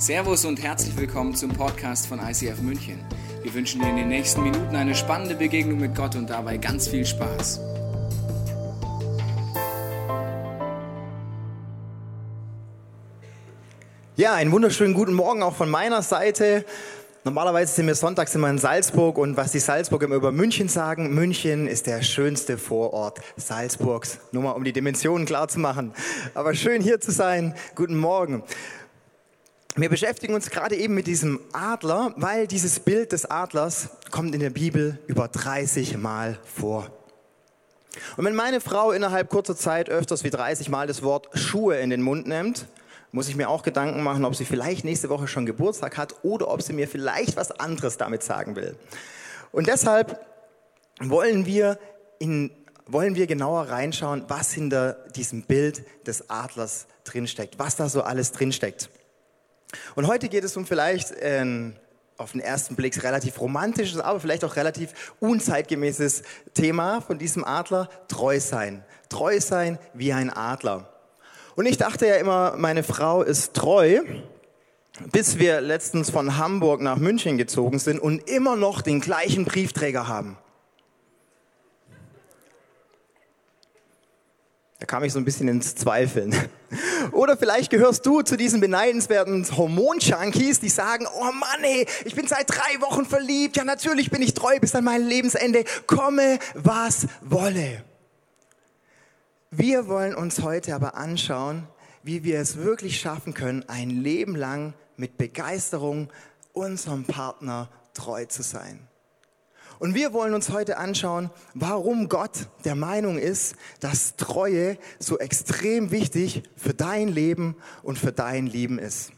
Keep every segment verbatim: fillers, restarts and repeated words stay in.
Servus und herzlich willkommen zum Podcast von I C F München. Wir wünschen dir in den nächsten Minuten eine spannende Begegnung mit Gott und dabei ganz viel Spaß. Ja, einen wunderschönen guten Morgen auch von meiner Seite. Normalerweise sind wir sonntags immer in Salzburg und was die Salzburger immer über München sagen, München ist der schönste Vorort Salzburgs. Nur mal um die Dimensionen klar zu machen. Aber schön hier zu sein. Guten Morgen. Wir beschäftigen uns gerade eben mit diesem Adler, weil dieses Bild des Adlers kommt in der Bibel über dreißig Mal vor. Und wenn meine Frau innerhalb kurzer Zeit öfters wie dreißig Mal das Wort Schuhe in den Mund nimmt, muss ich mir auch Gedanken machen, ob sie vielleicht nächste Woche schon Geburtstag hat oder ob sie mir vielleicht was anderes damit sagen will. Und deshalb wollen wir, in, wollen wir genauer reinschauen, was hinter diesem Bild des Adlers drinsteckt, was da so alles drinsteckt. Und heute geht es um vielleicht äh, auf den ersten Blick relativ romantisches, aber vielleicht auch relativ unzeitgemäßes Thema von diesem Adler, treu sein. Treu sein wie ein Adler. Und ich dachte ja immer, meine Frau ist treu, bis wir letztens von Hamburg nach München gezogen sind und immer noch den gleichen Briefträger haben. Da kam ich so ein bisschen ins Zweifeln. Oder vielleicht gehörst du zu diesen beneidenswerten Hormon-Junkies, die sagen, oh Mann, ey, ich bin seit drei Wochen verliebt, ja natürlich bin ich treu bis an mein Lebensende, komme was wolle. Wir wollen uns heute aber anschauen, wie wir es wirklich schaffen können, ein Leben lang mit Begeisterung unserem Partner treu zu sein. Und wir wollen uns heute anschauen, warum Gott der Meinung ist, dass Treue so extrem wichtig für dein Leben und für dein Leben ist.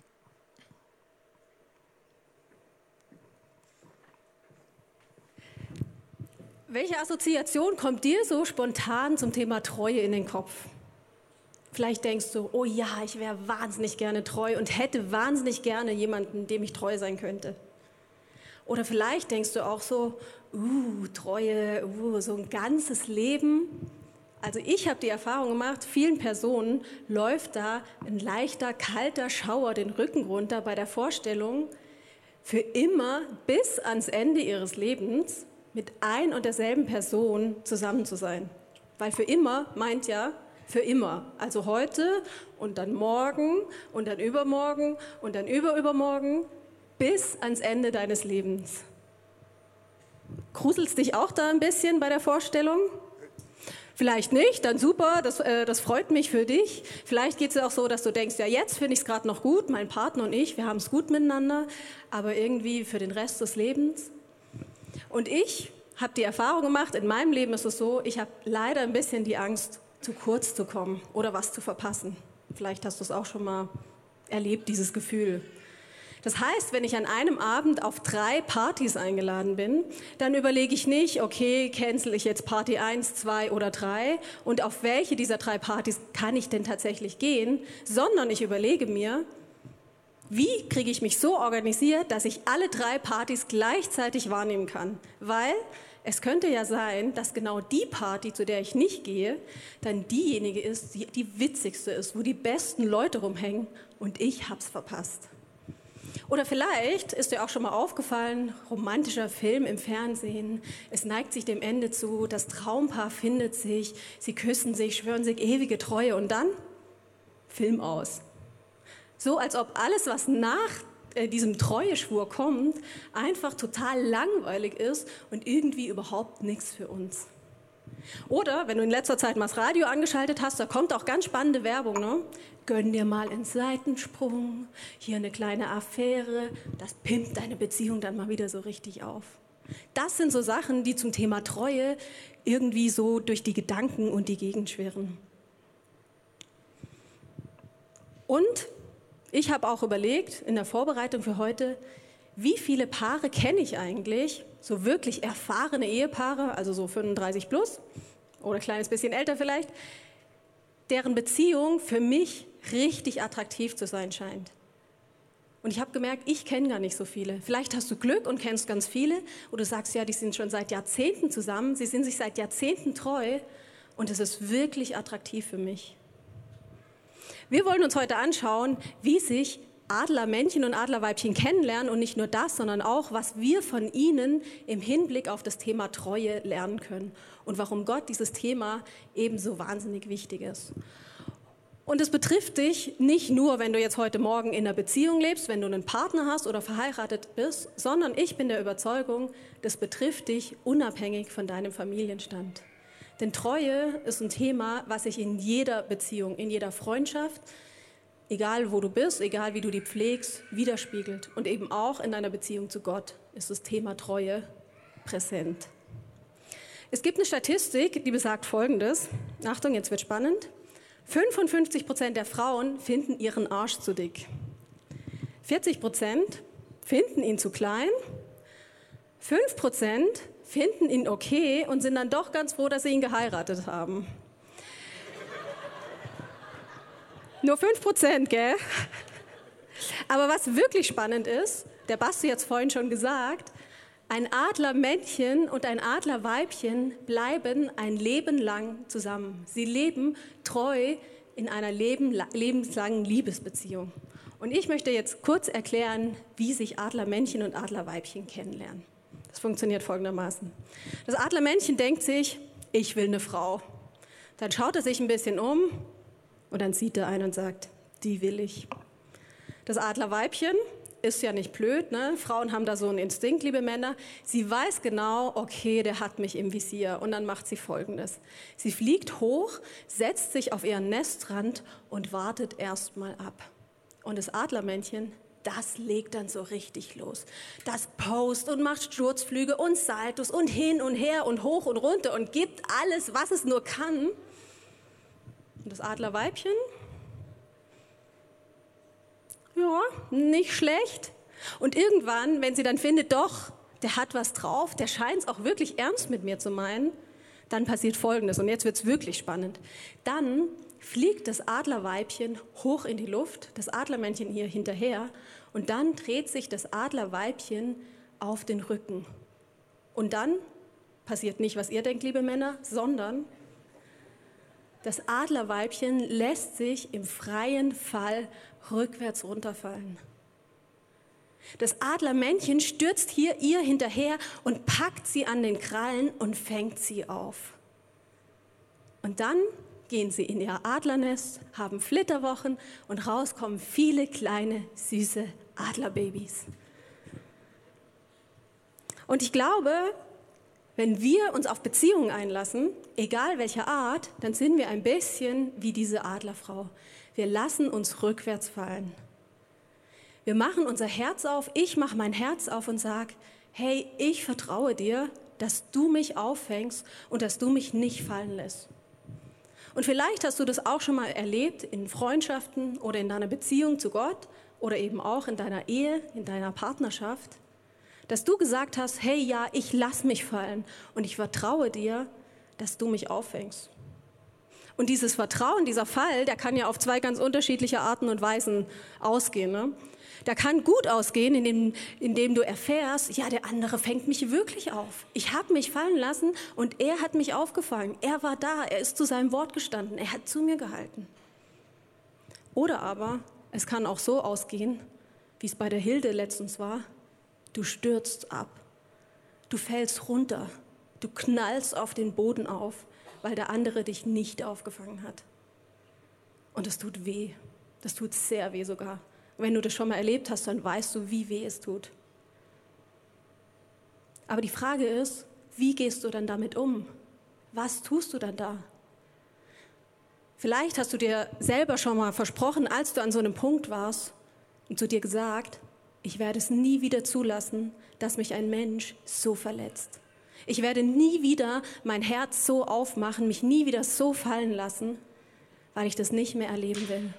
Welche Assoziation kommt dir so spontan zum Thema Treue in den Kopf? Vielleicht denkst du, oh ja, ich wäre wahnsinnig gerne treu und hätte wahnsinnig gerne jemanden, dem ich treu sein könnte. Oder vielleicht denkst du auch so, uh, Treue, uh, so ein ganzes Leben. Also ich habe die Erfahrung gemacht, vielen Personen läuft da ein leichter, kalter Schauer den Rücken runter bei der Vorstellung, für immer bis ans Ende ihres Lebens mit ein und derselben Person zusammen zu sein. Weil für immer meint ja für immer. Also heute und dann morgen und dann übermorgen und dann überübermorgen bis ans Ende deines Lebens. Gruselst dich auch da ein bisschen bei der Vorstellung? Vielleicht nicht, dann super, das, äh, das freut mich für dich. Vielleicht geht es dir auch so, dass du denkst, ja jetzt finde ich es gerade noch gut, mein Partner und ich, wir haben es gut miteinander, aber irgendwie für den Rest des Lebens. Und ich habe die Erfahrung gemacht, in meinem Leben ist es so, ich habe leider ein bisschen die Angst, zu kurz zu kommen oder was zu verpassen. Vielleicht hast du es auch schon mal erlebt, dieses Gefühl. Das heißt, wenn ich an einem Abend auf drei Partys eingeladen bin, dann überlege ich nicht, okay, cancel ich jetzt Party eins, zwei oder drei und auf welche dieser drei Partys kann ich denn tatsächlich gehen, sondern ich überlege mir, wie kriege ich mich so organisiert, dass ich alle drei Partys gleichzeitig wahrnehmen kann? Weil es könnte ja sein, dass genau die Party, zu der ich nicht gehe, dann diejenige ist, die die witzigste ist, wo die besten Leute rumhängen und ich hab's verpasst. Oder vielleicht ist dir auch schon mal aufgefallen, romantischer Film im Fernsehen, es neigt sich dem Ende zu, das Traumpaar findet sich, sie küssen sich, schwören sich ewige Treue und dann Film aus. So als ob alles, was nach äh, diesem Treueschwur kommt, einfach total langweilig ist und irgendwie überhaupt nichts für uns. Oder wenn du in letzter Zeit mal das Radio angeschaltet hast, da kommt auch ganz spannende Werbung, ne? Gönn dir mal einen Seitensprung, hier eine kleine Affäre, das pimpt deine Beziehung dann mal wieder so richtig auf. Das sind so Sachen, die zum Thema Treue irgendwie so durch die Gedanken und die Gegend schwirren. Und ich habe auch überlegt, in der Vorbereitung für heute, wie viele Paare kenne ich eigentlich, so wirklich erfahrene Ehepaare, also so fünfunddreißig plus oder ein kleines bisschen älter vielleicht, deren Beziehung für mich richtig attraktiv zu sein scheint. Und ich habe gemerkt, ich kenne gar nicht so viele. Vielleicht hast du Glück und kennst ganz viele oder du sagst, ja, die sind schon seit Jahrzehnten zusammen, sie sind sich seit Jahrzehnten treu und es ist wirklich attraktiv für mich. Wir wollen uns heute anschauen, wie sich Adlermännchen und Adlerweibchen kennenlernen und nicht nur das, sondern auch, was wir von ihnen im Hinblick auf das Thema Treue lernen können und warum Gott dieses Thema ebenso wahnsinnig wichtig ist. Und es betrifft dich nicht nur, wenn du jetzt heute Morgen in einer Beziehung lebst, wenn du einen Partner hast oder verheiratet bist, sondern ich bin der Überzeugung, das betrifft dich unabhängig von deinem Familienstand. Denn Treue ist ein Thema, was sich in jeder Beziehung, in jeder Freundschaft, egal wo du bist, egal wie du die pflegst, widerspiegelt. Und eben auch in deiner Beziehung zu Gott ist das Thema Treue präsent. Es gibt eine Statistik, die besagt Folgendes. Achtung, jetzt wird spannend. fünfundfünfzig Prozent der Frauen finden ihren Arsch zu dick. vierzig Prozent finden ihn zu klein. fünf Prozent finden ihn okay und sind dann doch ganz froh, dass sie ihn geheiratet haben. Nur fünf Prozent, gell? Aber was wirklich spannend ist, der Basti hat es vorhin schon gesagt, ein Adlermännchen und ein Adlerweibchen bleiben ein Leben lang zusammen. Sie leben treu in einer leben, lebenslangen Liebesbeziehung. Und ich möchte jetzt kurz erklären, wie sich Adlermännchen und Adlerweibchen kennenlernen. Das funktioniert folgendermaßen. Das Adlermännchen denkt sich, ich will eine Frau. Dann schaut er sich ein bisschen um und dann sieht er einen und sagt, die will ich. Das Adlerweibchen ist ja nicht blöd, ne? Frauen haben da so einen Instinkt, liebe Männer. Sie weiß genau, okay, der hat mich im Visier. Und dann macht sie Folgendes. Sie fliegt hoch, setzt sich auf ihren Nestrand und wartet erstmal ab. Und das Adlermännchen, das legt dann so richtig los. Das post und macht Sturzflüge und Saltos und hin und her und hoch und runter und gibt alles, was es nur kann. Und das Adlerweibchen, ja, nicht schlecht. Und irgendwann, wenn sie dann findet, doch, der hat was drauf, der scheint es auch wirklich ernst mit mir zu meinen, dann passiert Folgendes. Und jetzt wird es wirklich spannend. Dann fliegt das Adlerweibchen hoch in die Luft, das Adlermännchen hier hinterher, und dann dreht sich das Adlerweibchen auf den Rücken. Und dann passiert nicht, was ihr denkt, liebe Männer, sondern das Adlerweibchen lässt sich im freien Fall rückwärts runterfallen. Das Adlermännchen stürzt hier ihr hinterher und packt sie an den Krallen und fängt sie auf. Und dann gehen sie in ihr Adlernest, haben Flitterwochen und raus kommen viele kleine, süße Adlerbabys. Und ich glaube, wenn wir uns auf Beziehungen einlassen, egal welcher Art, dann sind wir ein bisschen wie diese Adlerfrau. Wir lassen uns rückwärts fallen. Wir machen unser Herz auf, ich mache mein Herz auf und sage, hey, ich vertraue dir, dass du mich auffängst und dass du mich nicht fallen lässt. Und vielleicht hast du das auch schon mal erlebt in Freundschaften oder in deiner Beziehung zu Gott oder eben auch in deiner Ehe, in deiner Partnerschaft, dass du gesagt hast, hey, ja, ich lass mich fallen und ich vertraue dir, dass du mich auffängst. Und dieses Vertrauen, dieser Fall, der kann ja auf zwei ganz unterschiedliche Arten und Weisen ausgehen. Ne? Der kann gut ausgehen, indem, indem du erfährst, ja, der andere fängt mich wirklich auf. Ich habe mich fallen lassen und er hat mich aufgefangen. Er war da, er ist zu seinem Wort gestanden, er hat zu mir gehalten. Oder aber, es kann auch so ausgehen, wie es bei der Hilde letztens war, du stürzt ab, du fällst runter, du knallst auf den Boden auf, weil der andere dich nicht aufgefangen hat. Und das tut weh, das tut sehr weh sogar. Wenn du das schon mal erlebt hast, dann weißt du, wie weh es tut. Aber die Frage ist, wie gehst du dann damit um? Was tust du dann da? Vielleicht hast du dir selber schon mal versprochen, als du an so einem Punkt warst und zu dir gesagt, ich werde es nie wieder zulassen, dass mich ein Mensch so verletzt. Ich werde nie wieder mein Herz so aufmachen, mich nie wieder so fallen lassen, weil ich das nicht mehr erleben will.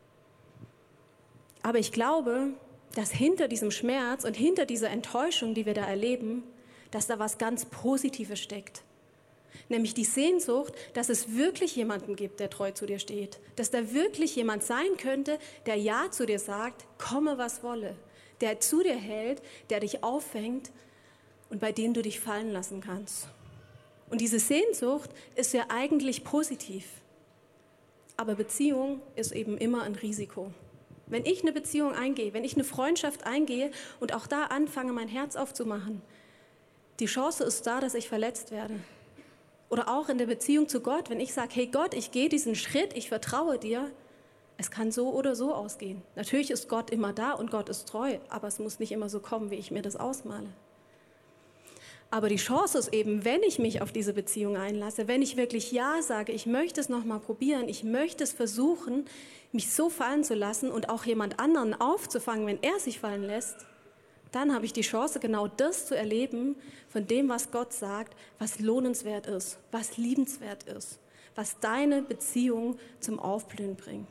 Aber ich glaube, dass hinter diesem Schmerz und hinter dieser Enttäuschung, die wir da erleben, dass da was ganz Positives steckt. Nämlich die Sehnsucht, dass es wirklich jemanden gibt, der treu zu dir steht. Dass da wirklich jemand sein könnte, der Ja zu dir sagt, komme was wolle. Der zu dir hält, der dich auffängt und bei dem du dich fallen lassen kannst. Und diese Sehnsucht ist ja eigentlich positiv. Aber Beziehung ist eben immer ein Risiko. Wenn ich eine Beziehung eingehe, wenn ich eine Freundschaft eingehe und auch da anfange, mein Herz aufzumachen, die Chance ist da, dass ich verletzt werde. Oder auch in der Beziehung zu Gott, wenn ich sage, hey Gott, ich gehe diesen Schritt, ich vertraue dir, es kann so oder so ausgehen. Natürlich ist Gott immer da und Gott ist treu, aber es muss nicht immer so kommen, wie ich mir das ausmale. Aber die Chance ist eben, wenn ich mich auf diese Beziehung einlasse, wenn ich wirklich Ja sage, ich möchte es nochmal probieren, ich möchte es versuchen, mich so fallen zu lassen und auch jemand anderen aufzufangen, wenn er sich fallen lässt, dann habe ich die Chance, genau das zu erleben von dem, was Gott sagt, was lohnenswert ist, was liebenswert ist, was deine Beziehung zum Aufblühen bringt.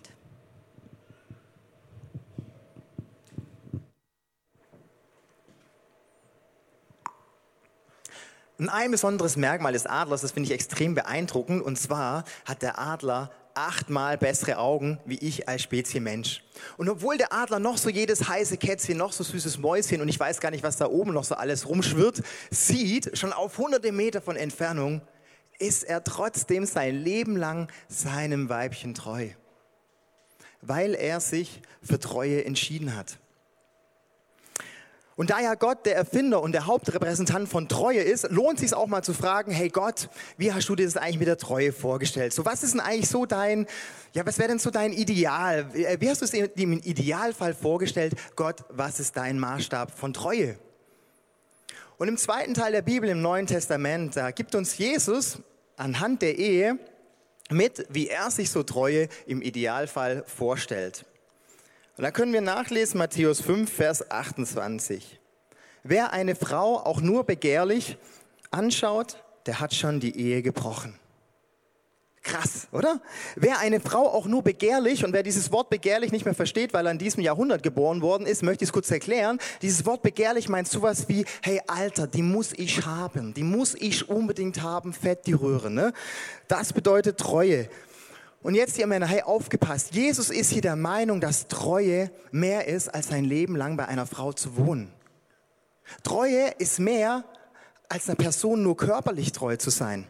Und ein besonderes Merkmal des Adlers, das finde ich extrem beeindruckend, und zwar hat der Adler achtmal bessere Augen wie ich als Spezie Mensch. Und obwohl der Adler noch so jedes heiße Kätzchen, noch so süßes Mäuschen und ich weiß gar nicht, was da oben noch so alles rumschwirrt, sieht, schon auf hunderte Meter von Entfernung, ist er trotzdem sein Leben lang seinem Weibchen treu, weil er sich für Treue entschieden hat. Und da ja Gott der Erfinder und der Hauptrepräsentant von Treue ist, lohnt es sich auch mal zu fragen, hey Gott, wie hast du dir das eigentlich mit der Treue vorgestellt? So, was ist denn eigentlich so dein, ja, was wäre denn so dein Ideal? Wie hast du es dir im Idealfall vorgestellt? Gott, was ist dein Maßstab von Treue? Und im zweiten Teil der Bibel, im Neuen Testament, da gibt uns Jesus anhand der Ehe mit, wie er sich so Treue im Idealfall vorstellt. Und da können wir nachlesen, Matthäus fünf, Vers achtundzwanzig. Wer eine Frau auch nur begehrlich anschaut, der hat schon die Ehe gebrochen. Krass, oder? Wer eine Frau auch nur begehrlich, und wer dieses Wort begehrlich nicht mehr versteht, weil er in diesem Jahrhundert geboren worden ist, möchte ich es kurz erklären. Dieses Wort begehrlich meint sowas wie, hey Alter, die muss ich haben, die muss ich unbedingt haben, fett die Röhre. Ne? Das bedeutet Treue. Und jetzt, ihr Männer, hey, aufgepasst. Jesus ist hier der Meinung, dass Treue mehr ist, als sein Leben lang bei einer Frau zu wohnen. Treue ist mehr, als einer Person nur körperlich treu zu sein.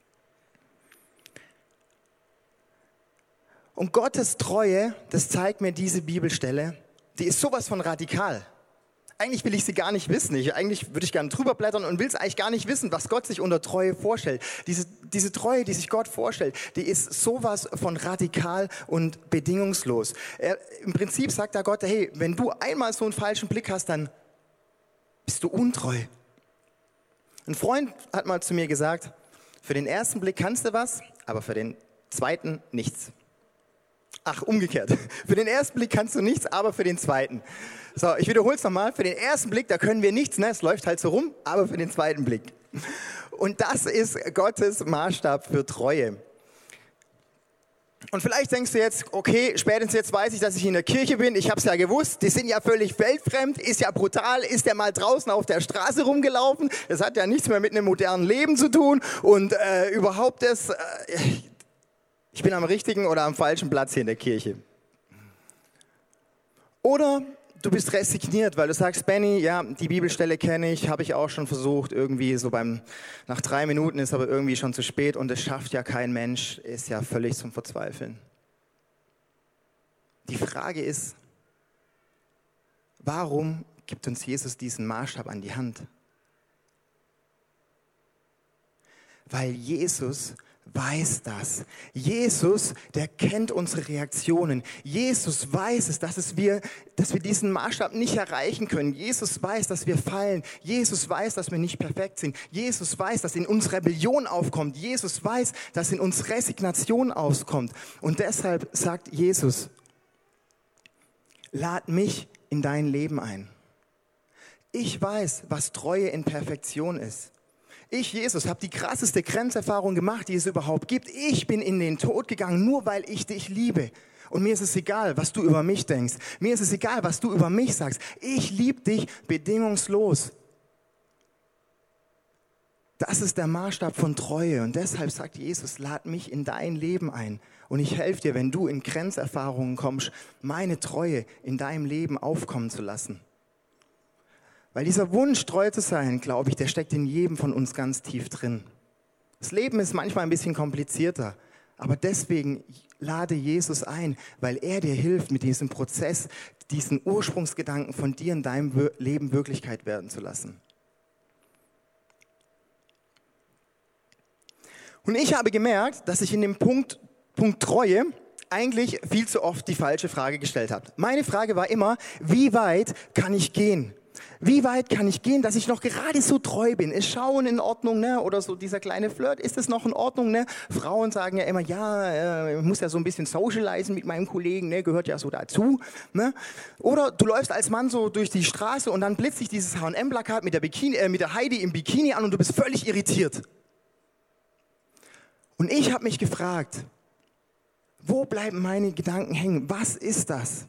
Und Gottes Treue, das zeigt mir diese Bibelstelle, die ist sowas von radikal. Eigentlich will ich sie gar nicht wissen. Ich, eigentlich würde ich gerne drüber blättern und will es eigentlich gar nicht wissen, was Gott sich unter Treue vorstellt. Diese, diese Treue, die sich Gott vorstellt, die ist sowas von radikal und bedingungslos. Er, im Prinzip sagt da Gott, hey, wenn du einmal so einen falschen Blick hast, dann bist du untreu. Ein Freund hat mal zu mir gesagt, für den ersten Blick kannst du was, aber für den zweiten nichts. Ach, umgekehrt. Für den ersten Blick kannst du nichts, aber für den zweiten. So, ich wiederhole es nochmal. Für den ersten Blick, da können wir nichts, ne? Es läuft halt so rum, aber für den zweiten Blick. Und das ist Gottes Maßstab für Treue. Und vielleicht denkst du jetzt, okay, spätestens jetzt weiß ich, dass ich in der Kirche bin. Ich habe es ja gewusst, die sind ja völlig weltfremd, ist ja brutal, ist ja mal draußen auf der Straße rumgelaufen. Das hat ja nichts mehr mit einem modernen Leben zu tun. Und äh, überhaupt das... Äh, Ich bin am richtigen oder am falschen Platz hier in der Kirche. Oder du bist resigniert, weil du sagst, Benny, ja, die Bibelstelle kenne ich, habe ich auch schon versucht, irgendwie so beim, nach drei Minuten ist aber irgendwie schon zu spät und es schafft ja kein Mensch, ist ja völlig zum Verzweifeln. Die Frage ist, warum gibt uns Jesus diesen Maßstab an die Hand? Weil Jesus weiß das. Jesus, der kennt unsere Reaktionen. Jesus weiß es, dass, es wir, dass wir diesen Maßstab nicht erreichen können. Jesus weiß, dass wir fallen. Jesus weiß, dass wir nicht perfekt sind. Jesus weiß, dass in uns Rebellion aufkommt. Jesus weiß, dass in uns Resignation aufkommt. Und deshalb sagt Jesus, lad mich in dein Leben ein. Ich weiß, was Treue in Perfektion ist. Ich, Jesus, habe die krasseste Grenzerfahrung gemacht, die es überhaupt gibt. Ich bin in den Tod gegangen, nur weil ich dich liebe. Und mir ist es egal, was du über mich denkst. Mir ist es egal, was du über mich sagst. Ich liebe dich bedingungslos. Das ist der Maßstab von Treue. Und deshalb sagt Jesus, lad mich in dein Leben ein. Und ich helfe dir, wenn du in Grenzerfahrungen kommst, meine Treue in deinem Leben aufkommen zu lassen. Weil dieser Wunsch, treu zu sein, glaube ich, der steckt in jedem von uns ganz tief drin. Das Leben ist manchmal ein bisschen komplizierter, aber deswegen lade Jesus ein, weil er dir hilft, mit diesem Prozess, diesen Ursprungsgedanken von dir in deinem Leben Wirklichkeit werden zu lassen. Und ich habe gemerkt, dass ich in dem Punkt, Punkt Treue eigentlich viel zu oft die falsche Frage gestellt habe. Meine Frage war immer, wie weit kann ich gehen? Wie weit kann ich gehen, dass ich noch gerade so treu bin? Ist Schauen in Ordnung, ne? Oder so dieser kleine Flirt, ist das noch in Ordnung? Ne? Frauen sagen ja immer, ja, äh, ich muss ja so ein bisschen socialisen mit meinem Kollegen, ne? Gehört ja so dazu. Ne? Oder du läufst als Mann so durch die Straße und dann blitzt dich dieses H und M-Plakat mit der Bikini, äh, mit der Heidi im Bikini an und du bist völlig irritiert. Und ich habe mich gefragt, wo bleiben meine Gedanken hängen? Was ist das?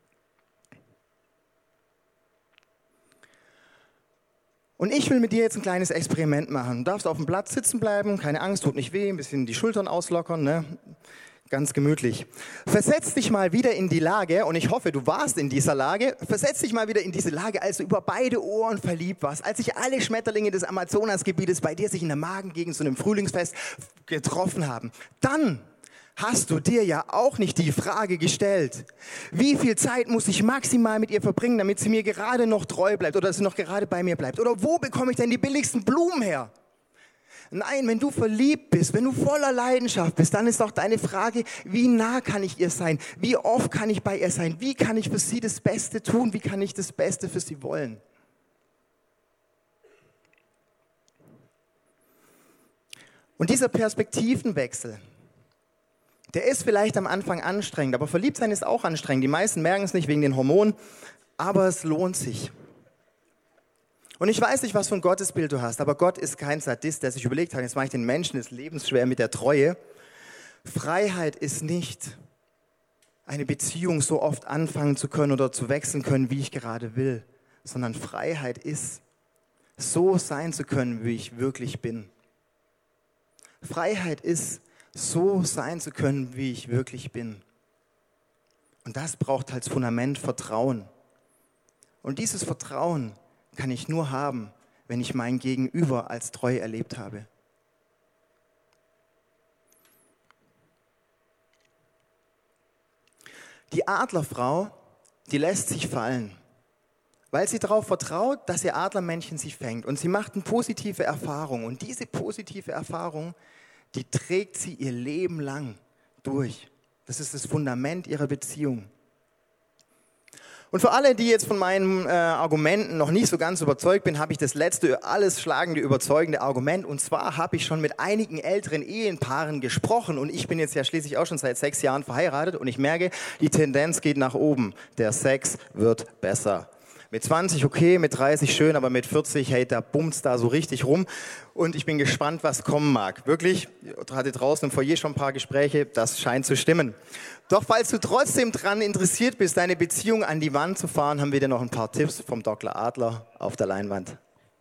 Und ich will mit dir jetzt ein kleines Experiment machen. Du darfst auf dem Platz sitzen bleiben, keine Angst, tut nicht weh, ein bisschen die Schultern auslockern, ne? Ganz gemütlich. Versetz dich mal wieder in die Lage, und ich hoffe, du warst in dieser Lage, versetz dich mal wieder in diese Lage, als du über beide Ohren verliebt warst, als sich alle Schmetterlinge des Amazonasgebietes bei dir sich in der Magengegend zu einem Frühlingsfest getroffen haben. Dann hast du dir ja auch nicht die Frage gestellt, wie viel Zeit muss ich maximal mit ihr verbringen, damit sie mir gerade noch treu bleibt oder dass sie noch gerade bei mir bleibt? Oder wo bekomme ich denn die billigsten Blumen her? Nein, wenn du verliebt bist, wenn du voller Leidenschaft bist, dann ist doch deine Frage, wie nah kann ich ihr sein? Wie oft kann ich bei ihr sein? Wie kann ich für sie das Beste tun? Wie kann ich das Beste für sie wollen? Und dieser Perspektivenwechsel, der ist vielleicht am Anfang anstrengend, aber Verliebtsein ist auch anstrengend. Die meisten merken es nicht wegen den Hormonen, aber es lohnt sich. Und ich weiß nicht, was für ein Gottesbild du hast, aber Gott ist kein Sadist, der sich überlegt hat, jetzt mache ich den Menschen das lebensschwer mit der Treue. Freiheit ist nicht, eine Beziehung so oft anfangen zu können oder zu wechseln können, wie ich gerade will, sondern Freiheit ist, so sein zu können, wie ich wirklich bin. Freiheit ist, so sein zu können, wie ich wirklich bin. Und das braucht als Fundament Vertrauen. Und dieses Vertrauen kann ich nur haben, wenn ich mein Gegenüber als treu erlebt habe. Die Adlerfrau, die lässt sich fallen, weil sie darauf vertraut, dass ihr Adlermännchen sie fängt. Und sie macht eine positive Erfahrung. Und diese positive Erfahrung, die trägt sie ihr Leben lang durch. Das ist das Fundament ihrer Beziehung. Und für alle, die jetzt von meinen äh, Argumenten noch nicht so ganz überzeugt bin, habe ich das letzte, alles schlagende, überzeugende Argument. Und zwar habe ich schon mit einigen älteren Ehepaaren gesprochen. Und ich bin jetzt ja schließlich auch schon seit sechs Jahren verheiratet. Und ich merke, die Tendenz geht nach oben. Der Sex wird besser. Mit zwanzig okay, mit dreißig schön, aber mit vierzig, hey, da bummt's da so richtig rum. Und ich bin gespannt, was kommen mag. Wirklich, ich hatte draußen im Foyer schon ein paar Gespräche, das scheint zu stimmen. Doch falls du trotzdem dran interessiert bist, deine Beziehung an die Wand zu fahren, haben wir dir noch ein paar Tipps vom Doktor Adler auf der Leinwand.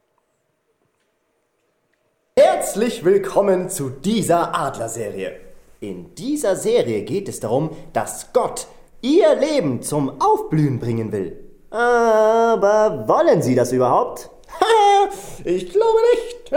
Herzlich willkommen zu dieser Adler-Serie. In dieser Serie geht es darum, dass Gott ihr Leben zum Aufblühen bringen will. Aber wollen Sie das überhaupt? Ich glaube nicht.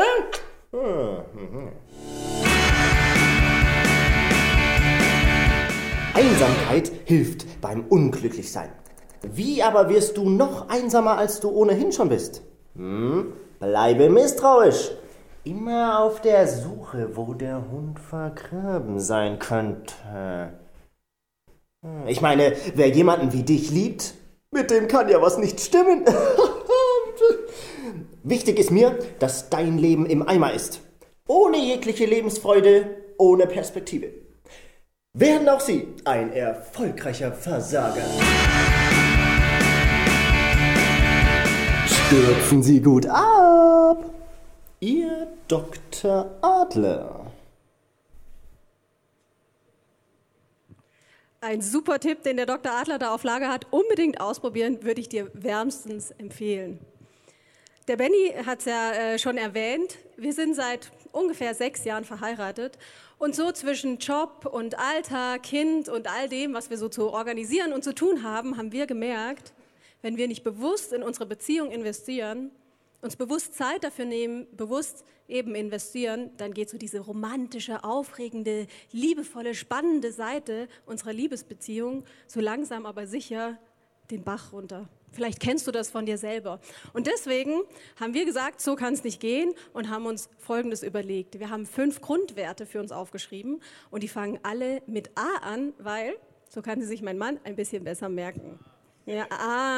Einsamkeit hilft beim Unglücklichsein. Wie aber wirst du noch einsamer, als du ohnehin schon bist? Hm? Bleibe misstrauisch. Immer auf der Suche, wo der Hund vergraben sein könnte. Ich meine, wer jemanden wie dich liebt, mit dem kann ja was nicht stimmen. Wichtig ist mir, dass dein Leben im Eimer ist. Ohne jegliche Lebensfreude, ohne Perspektive. Werden auch Sie ein erfolgreicher Versager. Stürzen Sie gut ab. Ihr Doktor Adler. Ein super Tipp, den der Doktor Adler da auf Lager hat. Unbedingt ausprobieren, würde ich dir wärmstens empfehlen. Der Benny hat es ja äh, schon erwähnt. Wir sind seit ungefähr sechs Jahren verheiratet. Und so zwischen Job und Alltag, Kind und all dem, was wir so zu organisieren und zu tun haben, haben wir gemerkt, wenn wir nicht bewusst in unsere Beziehung investieren uns bewusst Zeit dafür nehmen, bewusst eben investieren, dann geht so diese romantische, aufregende, liebevolle, spannende Seite unserer Liebesbeziehung so langsam aber sicher den Bach runter. Vielleicht kennst du das von dir selber. Und deswegen haben wir gesagt, so kann es nicht gehen und haben uns Folgendes überlegt. Wir haben fünf Grundwerte für uns aufgeschrieben und die fangen alle mit A an, weil, so kann sie sich mein Mann ein bisschen besser merken. Ja,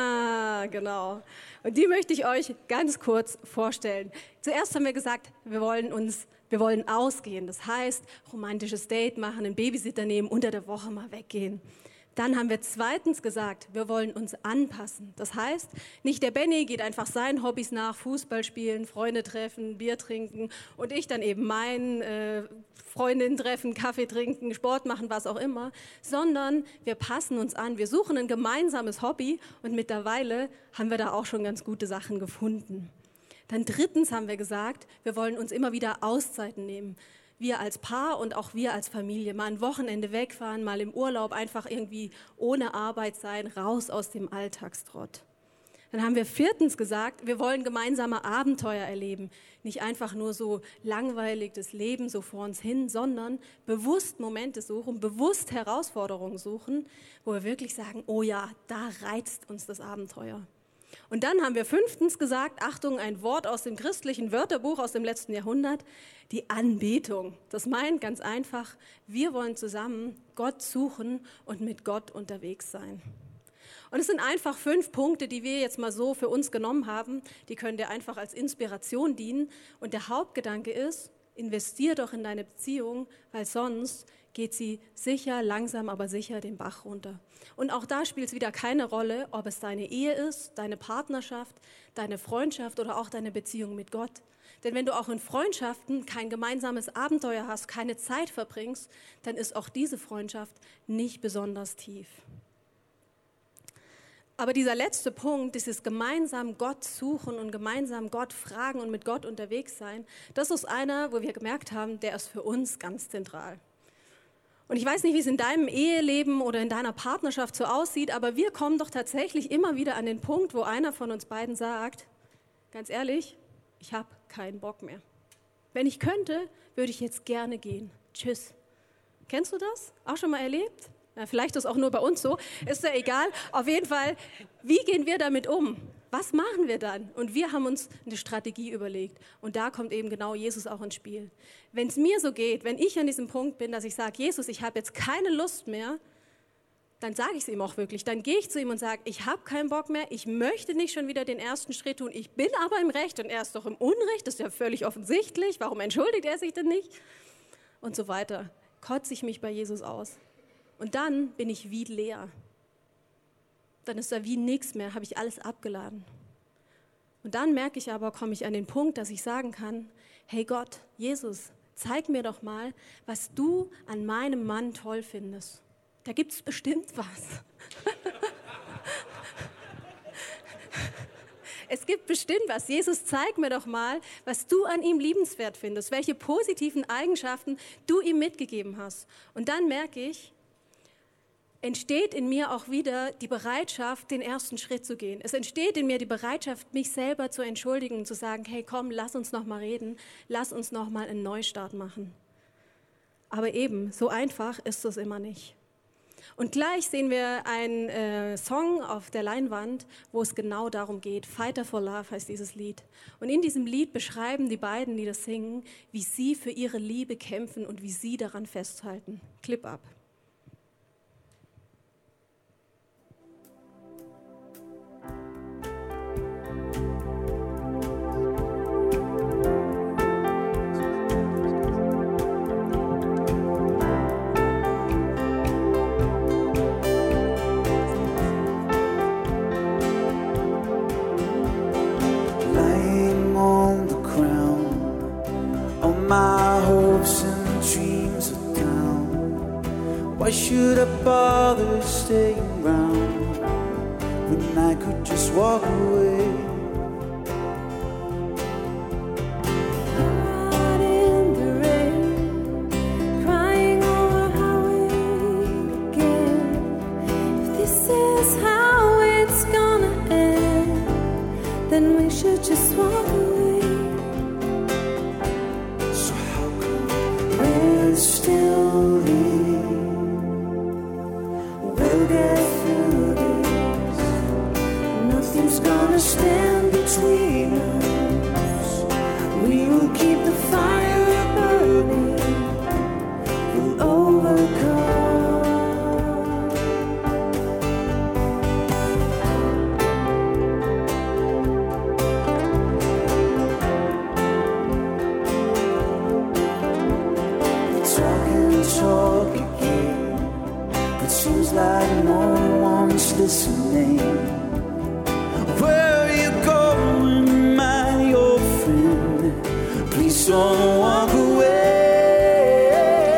ah, genau. Und die möchte ich euch ganz kurz vorstellen. Zuerst haben wir gesagt, wir wollen uns, wir wollen ausgehen. Das heißt, romantisches Date machen, einen Babysitter nehmen, unter der Woche mal weggehen. Dann haben wir zweitens gesagt, wir wollen uns anpassen. Das heißt, nicht der Benny geht einfach seinen Hobbys nach, Fußball spielen, Freunde treffen, Bier trinken und ich dann eben meinen äh, Freundinnen treffen, Kaffee trinken, Sport machen, was auch immer, sondern wir passen uns an. Wir suchen ein gemeinsames Hobby und mittlerweile haben wir da auch schon ganz gute Sachen gefunden. Dann drittens haben wir gesagt, wir wollen uns immer wieder Auszeiten nehmen. Wir als Paar und auch wir als Familie, mal ein Wochenende wegfahren, mal im Urlaub einfach irgendwie ohne Arbeit sein, raus aus dem Alltagstrott. Dann haben wir viertens gesagt, wir wollen gemeinsame Abenteuer erleben. Nicht einfach nur so langweilig das Leben so vor uns hin, sondern bewusst Momente suchen, bewusst Herausforderungen suchen, wo wir wirklich sagen, oh ja, da reizt uns das Abenteuer. Und dann haben wir fünftens gesagt, Achtung, ein Wort aus dem christlichen Wörterbuch aus dem letzten Jahrhundert, die Anbetung. Das meint ganz einfach, wir wollen zusammen Gott suchen und mit Gott unterwegs sein. Und es sind einfach fünf Punkte, die wir jetzt mal so für uns genommen haben, die können dir einfach als Inspiration dienen. Und der Hauptgedanke ist, investier doch in deine Beziehung, weil sonst geht sie sicher, langsam, aber sicher den Bach runter. Und auch da spielt es wieder keine Rolle, ob es deine Ehe ist, deine Partnerschaft, deine Freundschaft oder auch deine Beziehung mit Gott. Denn wenn du auch in Freundschaften kein gemeinsames Abenteuer hast, keine Zeit verbringst, dann ist auch diese Freundschaft nicht besonders tief. Aber dieser letzte Punkt, dieses gemeinsam Gott suchen und gemeinsam Gott fragen und mit Gott unterwegs sein, das ist einer, wo wir gemerkt haben, der ist für uns ganz zentral. Und ich weiß nicht, wie es in deinem Eheleben oder in deiner Partnerschaft so aussieht, aber wir kommen doch tatsächlich immer wieder an den Punkt, wo einer von uns beiden sagt, ganz ehrlich, ich habe keinen Bock mehr. Wenn ich könnte, würde ich jetzt gerne gehen. Tschüss. Kennst du das? Auch schon mal erlebt? Ja, vielleicht ist es auch nur bei uns so. Ist ja egal. Auf jeden Fall, wie gehen wir damit um? Was machen wir dann? Und wir haben uns eine Strategie überlegt. Und da kommt eben genau Jesus auch ins Spiel. Wenn es mir so geht, wenn ich an diesem Punkt bin, dass ich sage, Jesus, ich habe jetzt keine Lust mehr, dann sage ich es ihm auch wirklich. Dann gehe ich zu ihm und sage, ich habe keinen Bock mehr, ich möchte nicht schon wieder den ersten Schritt tun, ich bin aber im Recht und er ist doch im Unrecht, das ist ja völlig offensichtlich, warum entschuldigt er sich denn nicht? Und so weiter. Kotze ich mich bei Jesus aus. Und dann bin ich wie leer. Dann ist da wie nichts mehr, habe ich alles abgeladen. Und dann merke ich aber, komme ich an den Punkt, dass ich sagen kann, hey Gott, Jesus, zeig mir doch mal, was du an meinem Mann toll findest. Da gibt es bestimmt was. Es gibt bestimmt was. Jesus, zeig mir doch mal, was du an ihm liebenswert findest, welche positiven Eigenschaften du ihm mitgegeben hast. Und dann merke ich, entsteht in mir auch wieder die Bereitschaft, den ersten Schritt zu gehen. Es entsteht in mir die Bereitschaft, mich selber zu entschuldigen und zu sagen, hey komm, lass uns noch mal reden, lass uns noch mal einen Neustart machen. Aber eben, so einfach ist es immer nicht. Und gleich sehen wir einen äh, Song auf der Leinwand, wo es genau darum geht. Fighter for Love heißt dieses Lied. Und in diesem Lied beschreiben die beiden, die das singen, wie sie für ihre Liebe kämpfen und wie sie daran festhalten. Clip ab. My hopes and dreams are down. Why should I bother staying round when I could just walk away? Out in the rain, crying over how we began. If this is how it's gonna end, then we should just walk away. Nothing's gonna stand between us. We will keep the fire burning. We'll overcome. Talk again, it seems like no one's listening. Where are you going, my old friend? Please don't walk away.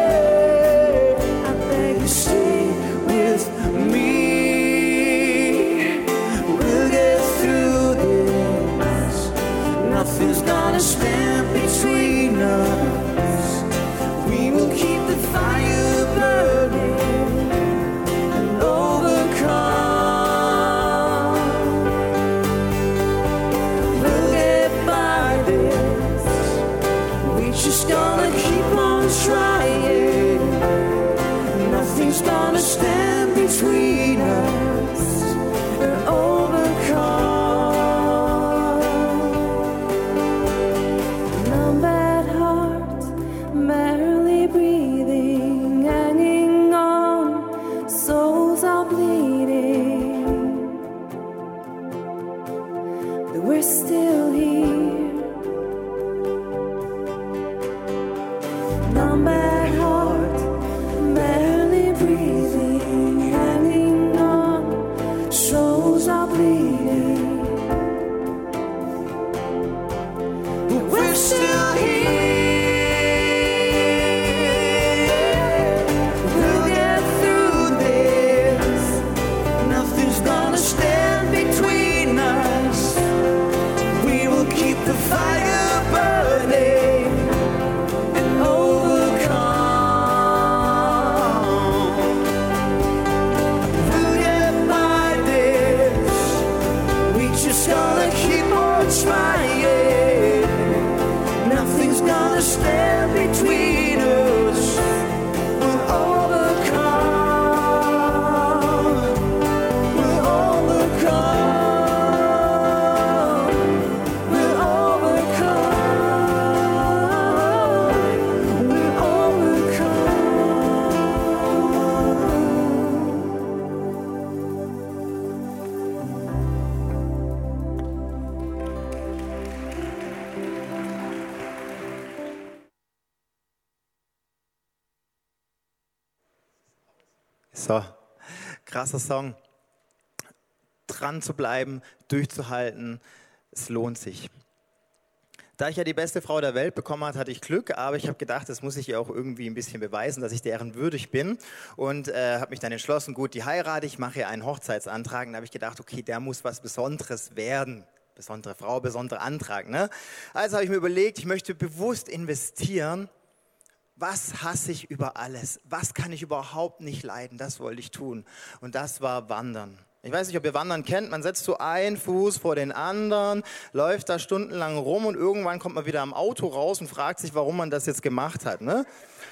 I beg you, stay with me. We'll get through this. Nothing's gonna stand between us. We will keep the fire burning and overcome. We'll get by this. We just gonna keep on trying. Nothing's gonna stand between us and overcome. Numb at heart, barely breathing, hanging on, souls are bleeding, but we're still here. Numb at heart, barely breathing, hanging on, souls are bleeding, but we're still here. Stand between us, we'll overcome, we'll overcome, we'll overcome, we'll So, krasser Song. Dran zu bleiben, durchzuhalten, es lohnt sich. Da ich ja die beste Frau der Welt bekommen habe, hatte ich Glück, aber ich habe gedacht, das muss ich ihr auch irgendwie ein bisschen beweisen, dass ich deren würdig bin und äh, habe mich dann entschlossen, gut, die heirate ich, mache ihr einen Hochzeitsantrag und da habe ich gedacht, okay, der muss was Besonderes werden. Besondere Frau, besonderer Antrag. Ne? Also habe ich mir überlegt, ich möchte bewusst investieren. Was hasse ich über alles? Was kann ich überhaupt nicht leiden? Das wollte ich tun. Und das war Wandern. Ich weiß nicht, ob ihr Wandern kennt. Man setzt so einen Fuß vor den anderen, läuft da stundenlang rum und irgendwann kommt man wieder am Auto raus und fragt sich, warum man das jetzt gemacht hat. Ne?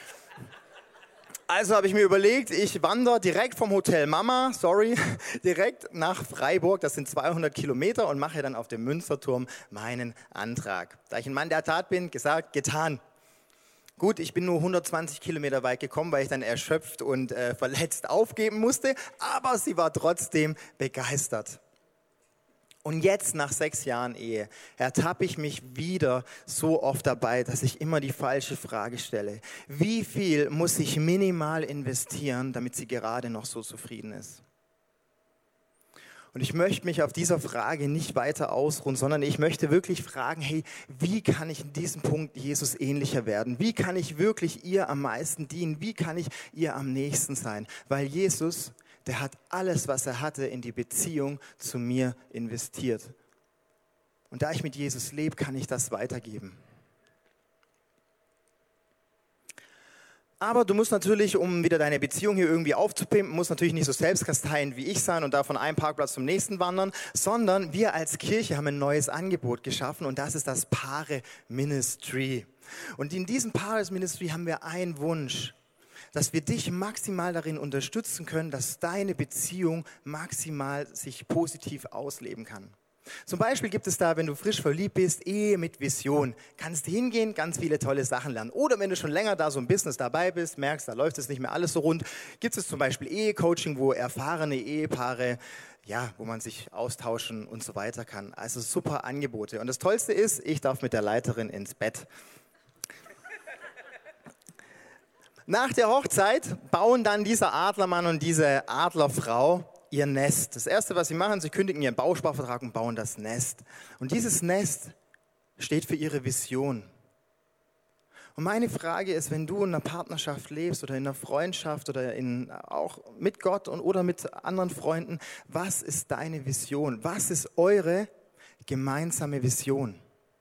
Also habe ich mir überlegt, ich wandere direkt vom Hotel Mama, sorry, direkt nach Freiburg, das sind zweihundert Kilometer und mache dann auf dem Münsterturm meinen Antrag. Da ich ein Mann der Tat bin, gesagt, getan. Gut, ich bin nur hundertzwanzig Kilometer weit gekommen, weil ich dann erschöpft und äh, verletzt aufgeben musste, aber sie war trotzdem begeistert. Und jetzt, nach sechs Jahren Ehe, ertappe ich mich wieder so oft dabei, dass ich immer die falsche Frage stelle. Wie viel muss ich minimal investieren, damit sie gerade noch so zufrieden ist? Und ich möchte mich auf dieser Frage nicht weiter ausruhen, sondern ich möchte wirklich fragen, hey, wie kann ich in diesem Punkt Jesus ähnlicher werden? Wie kann ich wirklich ihr am meisten dienen? Wie kann ich ihr am nächsten sein? Weil Jesus, der hat alles, was er hatte, in die Beziehung zu mir investiert. Und da ich mit Jesus lebe, kann ich das weitergeben. Aber du musst natürlich, um wieder deine Beziehung hier irgendwie aufzupimpen, musst natürlich nicht so selbstkasteiend wie ich sein und da von einem Parkplatz zum nächsten wandern, sondern wir als Kirche haben ein neues Angebot geschaffen und das ist das Paare Ministry. Und in diesem Paare Ministry haben wir einen Wunsch, dass wir dich maximal darin unterstützen können, dass deine Beziehung maximal sich positiv ausleben kann. Zum Beispiel gibt es da, wenn du frisch verliebt bist, Ehe mit Vision. Kannst du hingehen, ganz viele tolle Sachen lernen. Oder wenn du schon länger da so im Business dabei bist, merkst, da läuft es nicht mehr alles so rund, gibt es zum Beispiel Ehecoaching, wo erfahrene Ehepaare, ja, wo man sich austauschen und so weiter kann. Also super Angebote. Und das Tollste ist, ich darf mit der Leiterin ins Bett. Nach der Hochzeit bauen dann dieser Adlermann und diese Adlerfrau ihr Nest. Das Erste, was sie machen, sie kündigen ihren Bausparvertrag und bauen das Nest. Und dieses Nest steht für ihre Vision. Und meine Frage ist, wenn du in einer Partnerschaft lebst oder in einer Freundschaft oder in, auch mit Gott und, oder mit anderen Freunden, was ist deine Vision? Was ist eure gemeinsame Vision?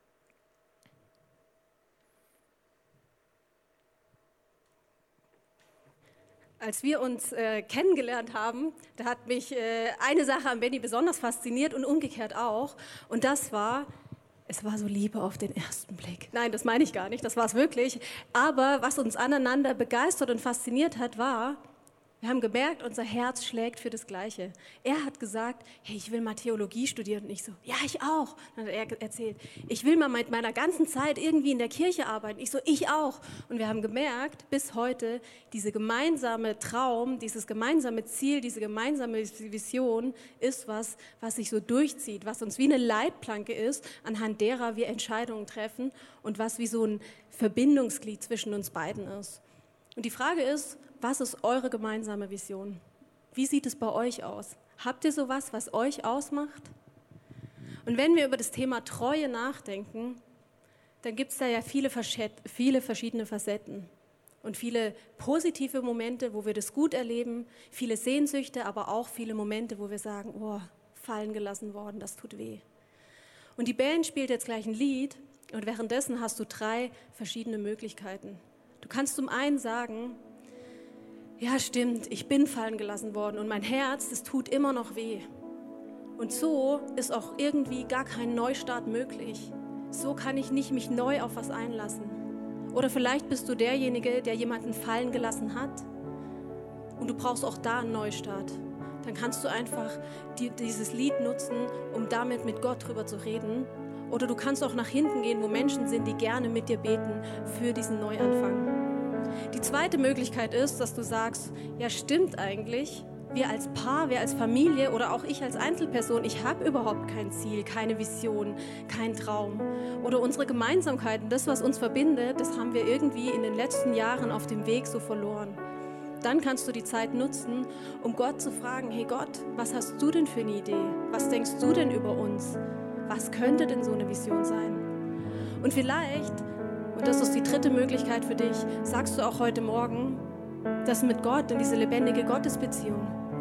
Als wir uns äh, kennengelernt haben, da hat mich äh, eine Sache an Benny besonders fasziniert und umgekehrt auch. Und das war, es war so Liebe auf den ersten Blick. Nein, das meine ich gar nicht, das war es wirklich. Aber was uns aneinander begeistert und fasziniert hat, war, wir haben gemerkt, unser Herz schlägt für das Gleiche. Er hat gesagt, hey, ich will mal Theologie studieren. Und ich so, ja, ich auch. Dann hat er erzählt, ich will mal mit meiner ganzen Zeit irgendwie in der Kirche arbeiten. Ich so, ich auch. Und wir haben gemerkt, bis heute, diese gemeinsame Traum, dieses gemeinsame Ziel, diese gemeinsame Vision ist was, was sich so durchzieht, was uns wie eine Leitplanke ist, anhand derer wir Entscheidungen treffen und was wie so ein Verbindungsglied zwischen uns beiden ist. Und die Frage ist, was ist eure gemeinsame Vision? Wie sieht es bei euch aus? Habt ihr sowas, was euch ausmacht? Und wenn wir über das Thema Treue nachdenken, dann gibt es da ja viele, viele verschiedene Facetten und viele positive Momente, wo wir das gut erleben, viele Sehnsüchte, aber auch viele Momente, wo wir sagen, oh, fallen gelassen worden, das tut weh. Und die Band spielt jetzt gleich ein Lied und währenddessen hast du drei verschiedene Möglichkeiten. Du kannst zum einen sagen, ja, stimmt, ich bin fallen gelassen worden und mein Herz, das tut immer noch weh. Und so ist auch irgendwie gar kein Neustart möglich. So kann ich nicht mich neu auf was einlassen. Oder vielleicht bist du derjenige, der jemanden fallen gelassen hat und du brauchst auch da einen Neustart. Dann kannst du einfach die, dieses Lied nutzen, um damit mit Gott drüber zu reden. Oder du kannst auch nach hinten gehen, wo Menschen sind, die gerne mit dir beten für diesen Neuanfang. Die zweite Möglichkeit ist, dass du sagst, ja stimmt eigentlich, wir als Paar, wir als Familie oder auch ich als Einzelperson, ich habe überhaupt kein Ziel, keine Vision, keinen Traum. Oder unsere Gemeinsamkeiten, das, was uns verbindet, das haben wir irgendwie in den letzten Jahren auf dem Weg so verloren. Dann kannst du die Zeit nutzen, um Gott zu fragen, hey Gott, was hast du denn für eine Idee? Was denkst du denn über uns? Was könnte denn so eine Vision sein? Und vielleicht, und das ist die dritte Möglichkeit für dich, sagst du auch heute Morgen, das mit Gott in diese lebendige Gottesbeziehung.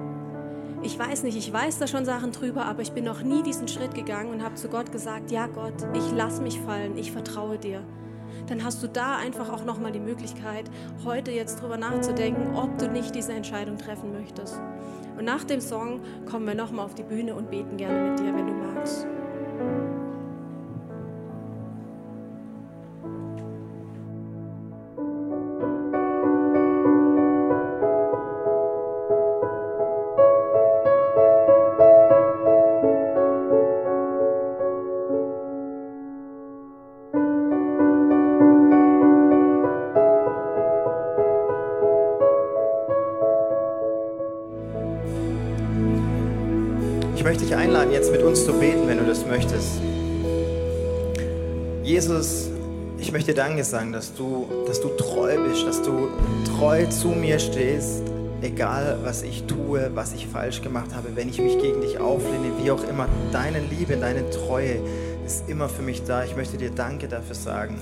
Ich weiß nicht, ich weiß da schon Sachen drüber, aber ich bin noch nie diesen Schritt gegangen und habe zu Gott gesagt, ja Gott, ich lass mich fallen, ich vertraue dir. Dann hast du da einfach auch nochmal die Möglichkeit, heute jetzt drüber nachzudenken, ob du nicht diese Entscheidung treffen möchtest. Und nach dem Song kommen wir nochmal auf die Bühne und beten gerne mit dir, wenn du magst. Ich möchte dich einladen, jetzt mit uns zu beten, wenn du das möchtest. Jesus, ich möchte dir Danke sagen, dass du, dass du treu bist, dass du treu zu mir stehst, egal was ich tue, was ich falsch gemacht habe, wenn ich mich gegen dich auflehne, wie auch immer. Deine Liebe, deine Treue ist immer für mich da. Ich möchte dir Danke dafür sagen.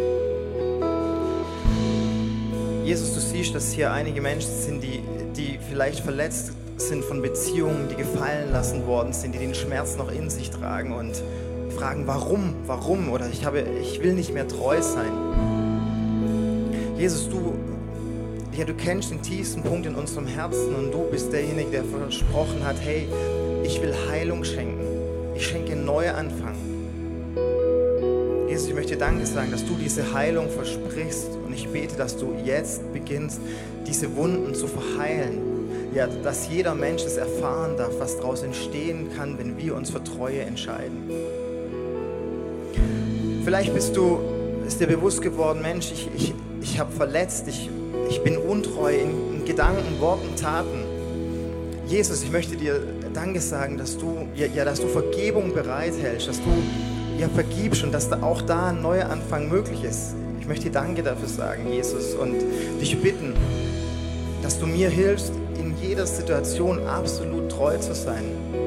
Jesus, du siehst, dass hier einige Menschen sind, die, die vielleicht verletzt sind von Beziehungen, die gefallen lassen worden sind, die den Schmerz noch in sich tragen und fragen, warum, warum? Oder ich, habe, ich will nicht mehr treu sein. Jesus, du, ja, du kennst den tiefsten Punkt in unserem Herzen und du bist derjenige, der versprochen hat, hey, ich will Heilung schenken. Ich schenke einen Neuanfang. Jesus, ich möchte dir Danke sagen, dass du diese Heilung versprichst und ich bete, dass du jetzt beginnst, diese Wunden zu verheilen. ja, dass jeder Mensch es erfahren darf, was daraus entstehen kann, wenn wir uns für Treue entscheiden. Vielleicht bist du, ist dir bewusst geworden, Mensch, ich, ich, ich habe verletzt, ich, ich bin untreu in, in Gedanken, Worten, Taten. Jesus, ich möchte dir Danke sagen, dass du, ja, ja, dass du Vergebung bereithältst, dass du ja, vergibst und dass da auch da ein neuer Anfang möglich ist. Ich möchte dir Danke dafür sagen, Jesus, und dich bitten, dass du mir hilfst, in jeder Situation absolut treu zu sein.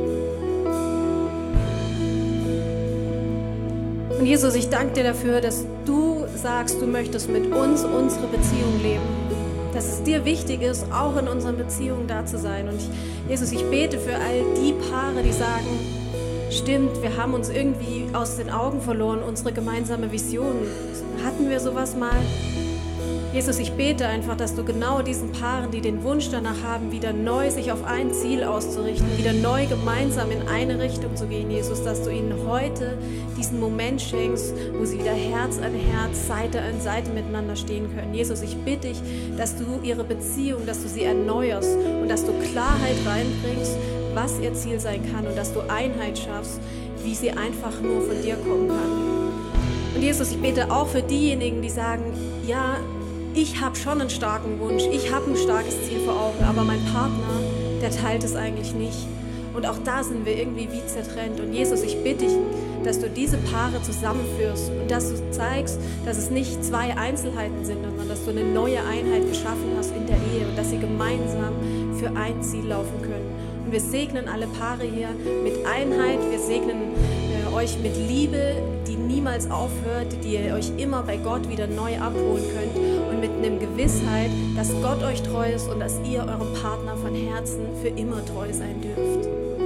Und Jesus, ich danke dir dafür, dass du sagst, du möchtest mit uns unsere Beziehung leben. Dass es dir wichtig ist, auch in unseren Beziehungen da zu sein. Und ich, Jesus, ich bete für all die Paare, die sagen, stimmt, wir haben uns irgendwie aus den Augen verloren, unsere gemeinsame Vision. Hatten wir sowas mal? Jesus, ich bete einfach, dass du genau diesen Paaren, die den Wunsch danach haben, wieder neu sich auf ein Ziel auszurichten, wieder neu gemeinsam in eine Richtung zu gehen, Jesus, dass du ihnen heute diesen Moment schenkst, wo sie wieder Herz an Herz, Seite an Seite miteinander stehen können. Jesus, ich bitte dich, dass du ihre Beziehung, dass du sie erneuerst und dass du Klarheit reinbringst, was ihr Ziel sein kann und dass du Einheit schaffst, wie sie einfach nur von dir kommen kann. Und Jesus, ich bete auch für diejenigen, die sagen, ja, ich habe schon einen starken Wunsch, ich habe ein starkes Ziel vor Augen, aber mein Partner, der teilt es eigentlich nicht. Und auch da sind wir irgendwie wie zertrennt. Und Jesus, ich bitte dich, dass du diese Paare zusammenführst und dass du zeigst, dass es nicht zwei Einzelheiten sind, sondern dass du eine neue Einheit geschaffen hast in der Ehe und dass sie gemeinsam für ein Ziel laufen können. Und wir segnen alle Paare hier mit Einheit, wir segnen äh, euch mit Liebe, die niemals aufhört, die ihr euch immer bei Gott wieder neu abholen könnt und mit einer Gewissheit, dass Gott euch treu ist und dass ihr eurem Partner von Herzen für immer treu sein dürft.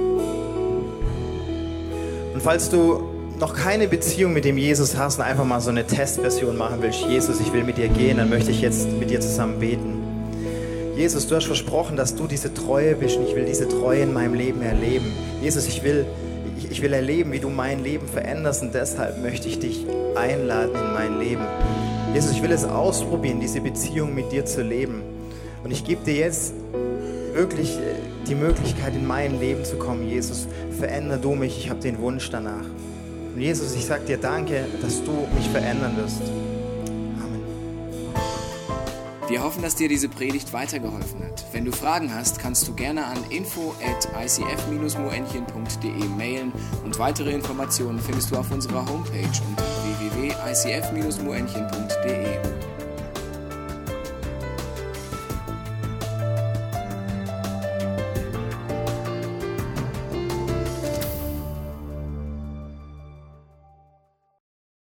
Und falls du noch keine Beziehung mit dem Jesus hast und einfach mal so eine Testversion machen willst, Jesus, ich will mit dir gehen, dann möchte ich jetzt mit dir zusammen beten. Jesus, du hast versprochen, dass du diese Treue bist und ich will diese Treue in meinem Leben erleben. Jesus, ich will, ich, ich will erleben, wie du mein Leben veränderst und deshalb möchte ich dich einladen in mein Leben. Jesus, ich will es ausprobieren, diese Beziehung mit dir zu leben. Und ich gebe dir jetzt wirklich die Möglichkeit, in mein Leben zu kommen. Jesus, veränder du mich, ich habe den Wunsch danach. Und Jesus, ich sage dir danke, dass du mich verändern wirst. Amen. Wir hoffen, dass dir diese Predigt weitergeholfen hat. Wenn du Fragen hast, kannst du gerne an info at i c f dash moenchen punkt d e mailen und weitere Informationen findest du auf unserer Homepage unter w w w punkt i c f dash moenchen punkt d e.